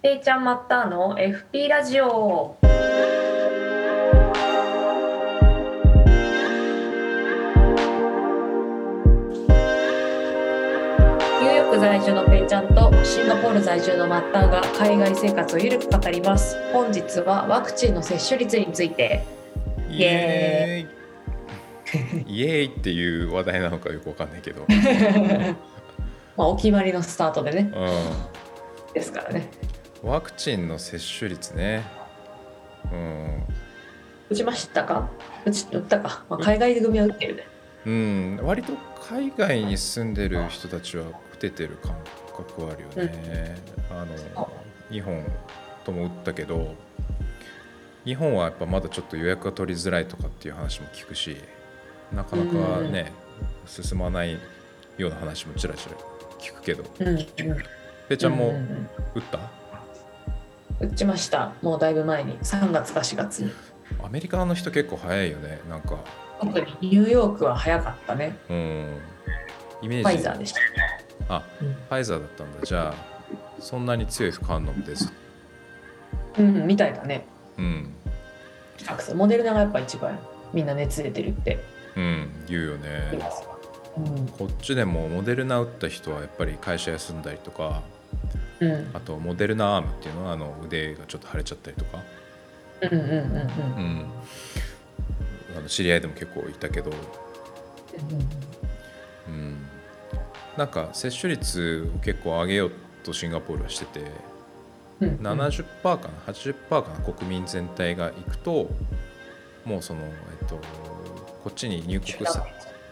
ペイちゃんマッターの FP ラジオ。ニューヨーク在住のペイちゃんとシンガポール在住のマッターが海外生活をゆるく語ります。本日はワクチンの接種率について。イイエエーイイエーイっていう話題なのかよくわかんないけど、 ーイお決まりのスタートでね、 うですからね。 ワクチンの接種率ね、 打ちましたか？打ったか、海外組は打ってるね。 割と海外に住んでる人たちは打ててる感覚はあるよね。日本とも打ったけど、日本はやっぱまだちょっと予約が取りづらいとかっていう話も聞くし、なかなかね、進まないような話もちらちら聞くけど、ペイちゃんも打った？ 打ちました。もうだいぶ前に3月か4月に。 アメリカの人結構早いよね。なんか特にニューヨークは早かったね。 イメージファイザーでした。 ファイザーだったんだ。じゃあそんなに強い副反応も出ず。 みたいだね。モデルナがやっぱ一番みんな熱出てるって言うよね。 言います。 こっちでもモデルナ打った人はやっぱり会社休んだりとか、あとモデルナアームっていうのは腕がちょっと腫れちゃったりとか、知り合いでも結構いたけど、なんか接種率を結構上げようとシンガポールはしてて、70% かな 80% かな、国民全体が行くともうそのこっちに入国さ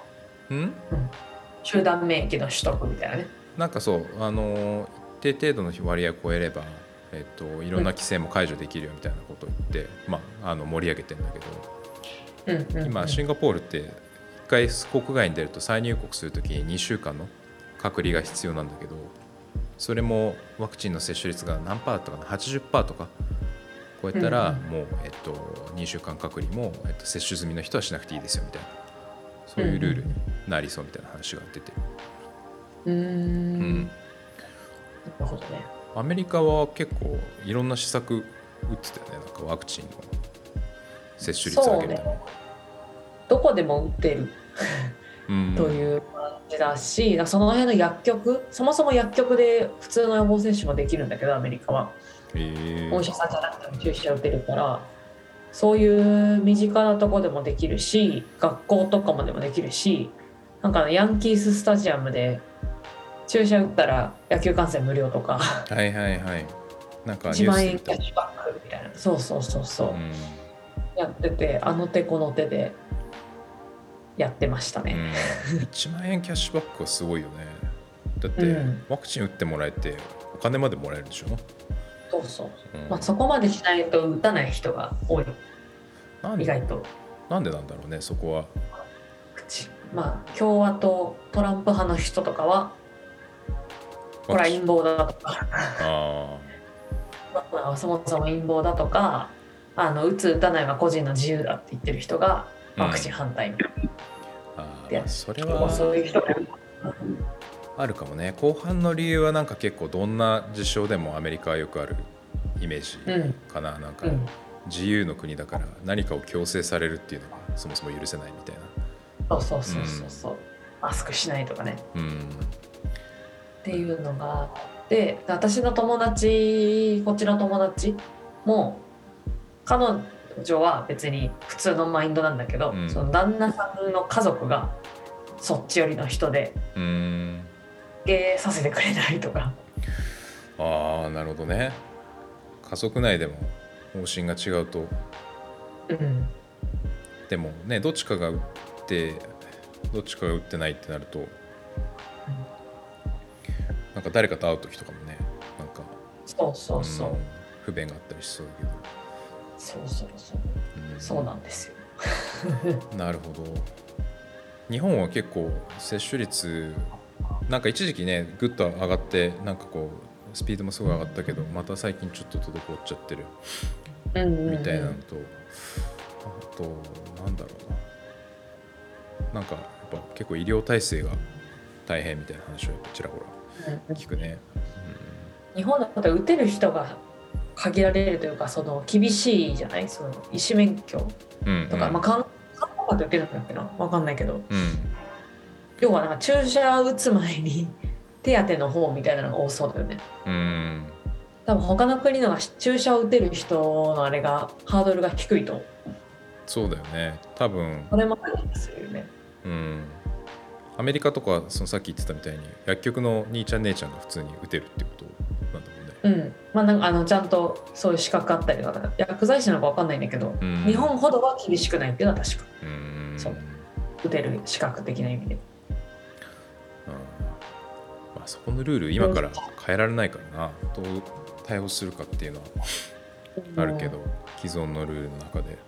集団免疫の取得みたいなね。 なんかそう一定程度の割合を超えれば、いろんな規制も解除できるよみたいなことを言って、盛り上げてんだけど、今シンガポールって一回国外に出ると再入国するときに2週間の隔離が必要なんだけど、それもワクチンの接種率が何パーだったかな、 80% とか超えたらもう、2週間隔離も、接種済みの人はしなくていいですよみたいな、そういうルールになりそうみたいな話が出てる。 なるほどね。 アメリカは結構いろんな施策打ってたよね。なんかワクチンの接種率上げるために、 どこでも打ってるという感じだし、その辺の薬局、そもそも薬局で普通の予防接種もできるんだけど、アメリカはお医者さんじゃなくても注射打てるから、そういう身近なとこでもできるし、学校とかもでもできるし、なんかヤンキーススタジアムで注射打ったら野球観戦無料とかなんか 1万円キャッシュバックみたいな、そう、やってて、あの手この手でやってましたね。 1万円キャッシュバックはすごいよね。だって、ワクチン打ってもらえてお金までもらえるでしょ。 そう、そこまでしないと打たない人が多い。意外となんでなんだろうね、そこは。 共和党トランプ派の人とかはこれは陰謀だとかそもそも陰謀だとか、打つ打たないは個人の自由だって言ってる人がワクチン反対それはそういう人があるかもね。後半の理由はなんか結構どんな事象でもアメリカはよくあるイメージかな。なんか自由の国だから何かを強制されるっていうのがそもそも許せないみたいな。 そう、マスクしないとかね、っていうのがあって、私の友達、こっちの友達も彼女は別に普通のマインドなんだけど、その旦那さんの家族がそっち寄りの人でさせてくれないとか。 なるほどね。家族内でも方針が違うと、でもね、どっちかが打ってどっちかが打ってないってなると、なんか誰かと会う時とかもね、なんかそう不便があったりしそうだけど。 そうなんですよ。 なるほど。日本は結構接種率なんか一時期ねぐっと上がって、なんかこうスピードもすごい上がったけど、また最近ちょっと滞っちゃってるみたいなのと、あとなんだろうな、なんかやっぱ結構医療体制が大変みたいな話をちらほら聞くね。 日本だと打てる人が限られるというか、その厳しいじゃない、その医師免許とか、まあ看護と受けるんだっけな、分かんないけど、要はなんか注射打つ前に手当の方みたいなのが多そうだよね。多分他の国のが注射を打てる人のあれがハードルが低いと。 そうだよね、多分それもありますよね。 アメリカとかそのさっき言ってたみたいに薬局の兄ちゃん姉ちゃんが普通に打てるってことなんだもんね。 まあなんかちゃんとそういう資格あったりとか、薬剤師なのか分かんないんだけど、日本ほどは厳しくないっていうのは確か。そう、打てる資格的な意味で。 まあ、そこのルール今から変えられないからな、どう対応するかっていうのはあるけど、既存のルールの中で。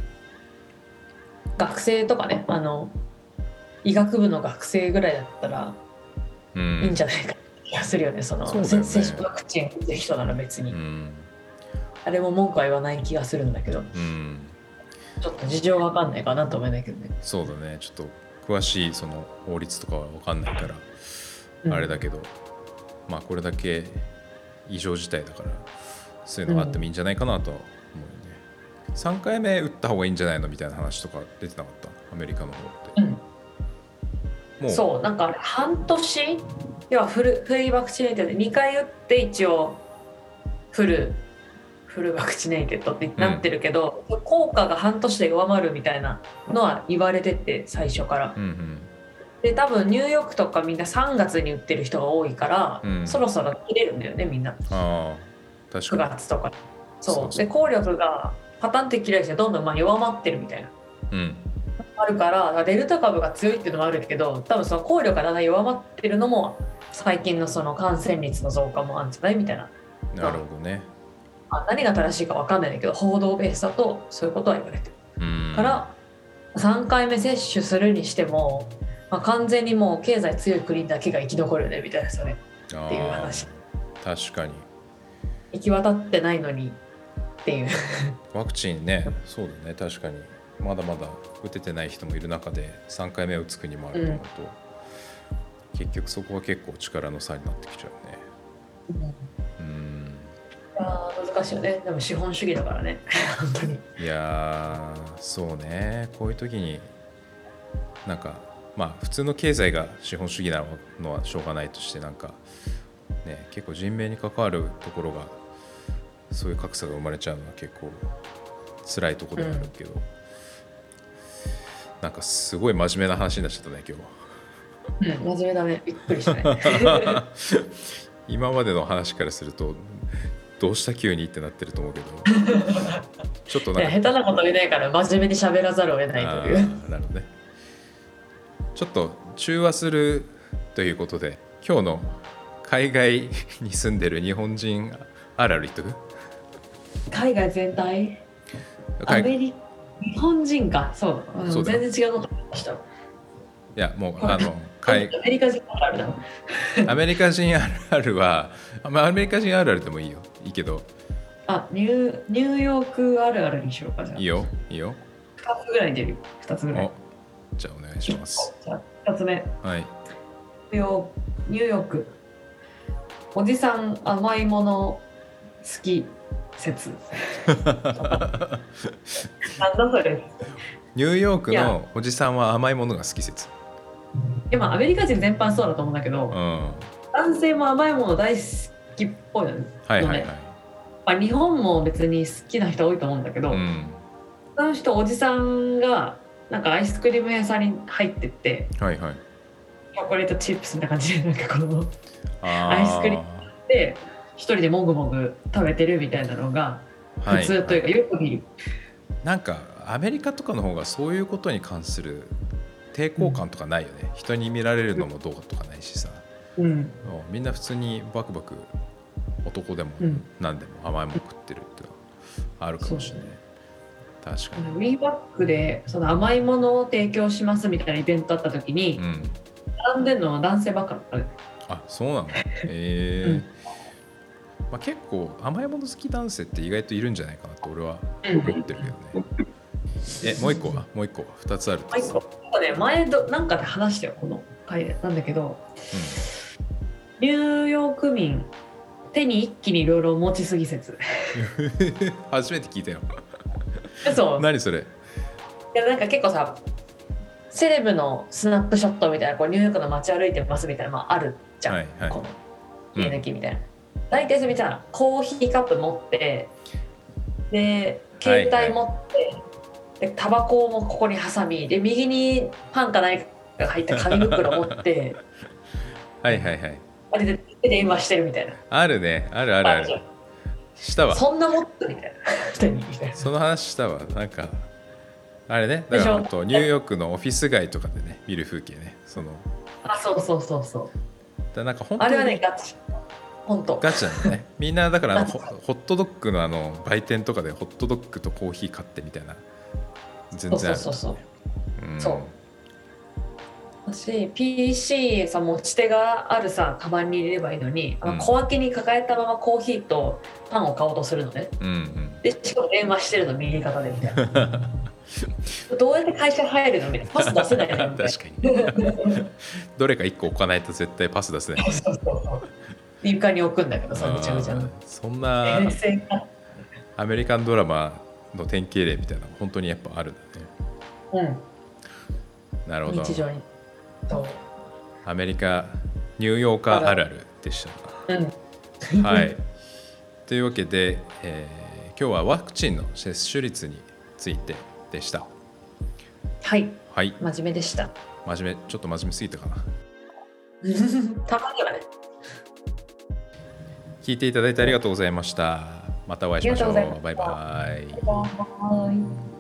学生とかね、医学部の学生ぐらいだったらいいんじゃないかって気がするよね。その接種ワクチン打ってる人なら別に、あれも文句は言わない気がするんだけど、ちょっと事情が分かんないかなと思うんだけどね。 そうだね、ちょっと詳しいその法律とかは分かんないからあれだけど、まあこれだけ異常事態だからそういうのがあってもいいんじゃないかなとは思うよね。3回目打った方がいいんじゃないのみたいな話とか出てなかった、アメリカの方って。 もうそう、なんか半年、要はフリーワクチネイテッドで2回打って一応フルワクチネイテッドってなってるけど、効果が半年で弱まるみたいなのは言われてて最初から、で多分ニューヨークとかみんな3月に打ってる人が多いから、そろそろ切れるんだよねみんな。 確かに 9月とか。そうで効力がパタンって切れるしどんどん弱まってるみたいな、あるからデルタ株が強いっていうのもあるけど、多分その効力がだんだん弱まってるのも最近のその感染率の増加もあるんじゃないみたいな。 なるほどね。 何が正しいか分かんないんだけど、報道ベースだとそういうことは言われてるから3回目接種するにしても、完全にもう経済強い国だけが生き残るよねみたいな、それっていう話。 確かに行き渡ってないのにっていうワクチンね、そうだね、確かにまだまだ打ててない人もいる中で3回目打つ国もあると思うと、結局そこは結構力の差になってきちゃうね。 難しいよね。でも資本主義だからね本当に。 いやそうね、こういう時になんかまあ普通の経済が資本主義なのはしょうがないとして、なんかね、結構人命に関わるところがそういう格差が生まれちゃうのは結構辛いところではあるけど、なんかすごい真面目な話になっちゃったね今日。真面目だね、びっくりしたね今までの話からするとどうした急にってなってると思うけどちょっとなんか下手なこと言えないから真面目に喋らざるを得ないという。 なるほどね。ちょっと中和するということで、今日の海外に住んでる日本人あるある言っとく。 海外全体、日本人か、そう、全然違うこと言いました。いやもうアメリカ人あるあるだアメリカ人あるあるは、アメリカ人あるあるでもいいよ、いいけど、 ニューヨークあるあるにしようか。じゃあいいよいいよ、 2つぐらい出るよ。2つぐらい。 じゃあお願いします。 じゃあ2つ目、 はい、 ニューヨークおじさん甘いもの好き説なんだそれ。 ニューヨークのおじさんは甘いものが好き説。 今アメリカ人全般そうだと思うんだけど、男性も甘いもの大好きっぽいのね。はいはいはい。日本も別に好きな人多いと思うんだけど、その人おじさんがなんかアイスクリーム屋さんに入ってって、はいはい、チョコレートチップスみたいな感じでなんかこのアイスクリームで一人でもぐもぐ食べてるみたいなのが普通というかよく見る。 なんかアメリカとかの方がそういうことに関する抵抗感とかないよね。人に見られるのもどうとかないしさ、みんな普通にバクバク男でも何でも甘いもの食ってるってのはあるかもしれない。確かに。 ウィーバックでその甘いものを提供しますみたいなイベントあった時に、並んでるのは男性ばっかだったね。 あ、そうなの。結構甘いもの好き男性って意外といるんじゃないかなと俺は思ってるけどね。もう一個は2つあるって。 もう一個ね、前なんかで話したよこの回でなんだけど、ニューヨーク民っ手に一気にいろいろ持ちすぎ説初めて聞いたよそう何それ。 いやなんか結構さセレブのスナップショットみたいなこうニューヨークの街歩いてますみたいな、まあ、あるじゃん、はいはい、この切り抜きみたいな、大体それみたいなコーヒーカップ持ってで携帯持って、はいはい、でタバコもここに挟みで右にパンか何かが入った紙袋持ってはいはいはいあれで電話してるみたいな。 あるね、あるあるある。したわ。 そんなもっとみたいなその話したわ。なんかあれね、だからニューヨークのオフィス街とかでね見る風景ね。 そうそうそうそう。 だなんか本当にあれはねガチ。本当。 ガチなんだね。みんなだからホットドッグの売店とかでホットドッグとコーヒー買ってみたいな全然ある、ね。 そう。私 PC さ持ち手があるさカバンに入れればいいのに、小分けに抱えたままコーヒーとパンを買おうとするのね、でしかも電話してるの右肩でみたいなどうやって会社入るのみたいなパス出せないのみたいな確かにどれか1個置かないと絶対パス出せないそう床に置くんだけどさめちゃめちゃそんなアメリカンドラマの典型例みたいな本当にやっぱあるんだね。なるほど。 日常にアメリカニューヨーカーあるあるでした、はいというわけで、今日はワクチンの接種率についてでした。 はい、はい、真面目でした。 ちょっと真面目すぎたかなたまにはね。 聞いていただいてありがとうございました。またお会いしましょう。バイバイ。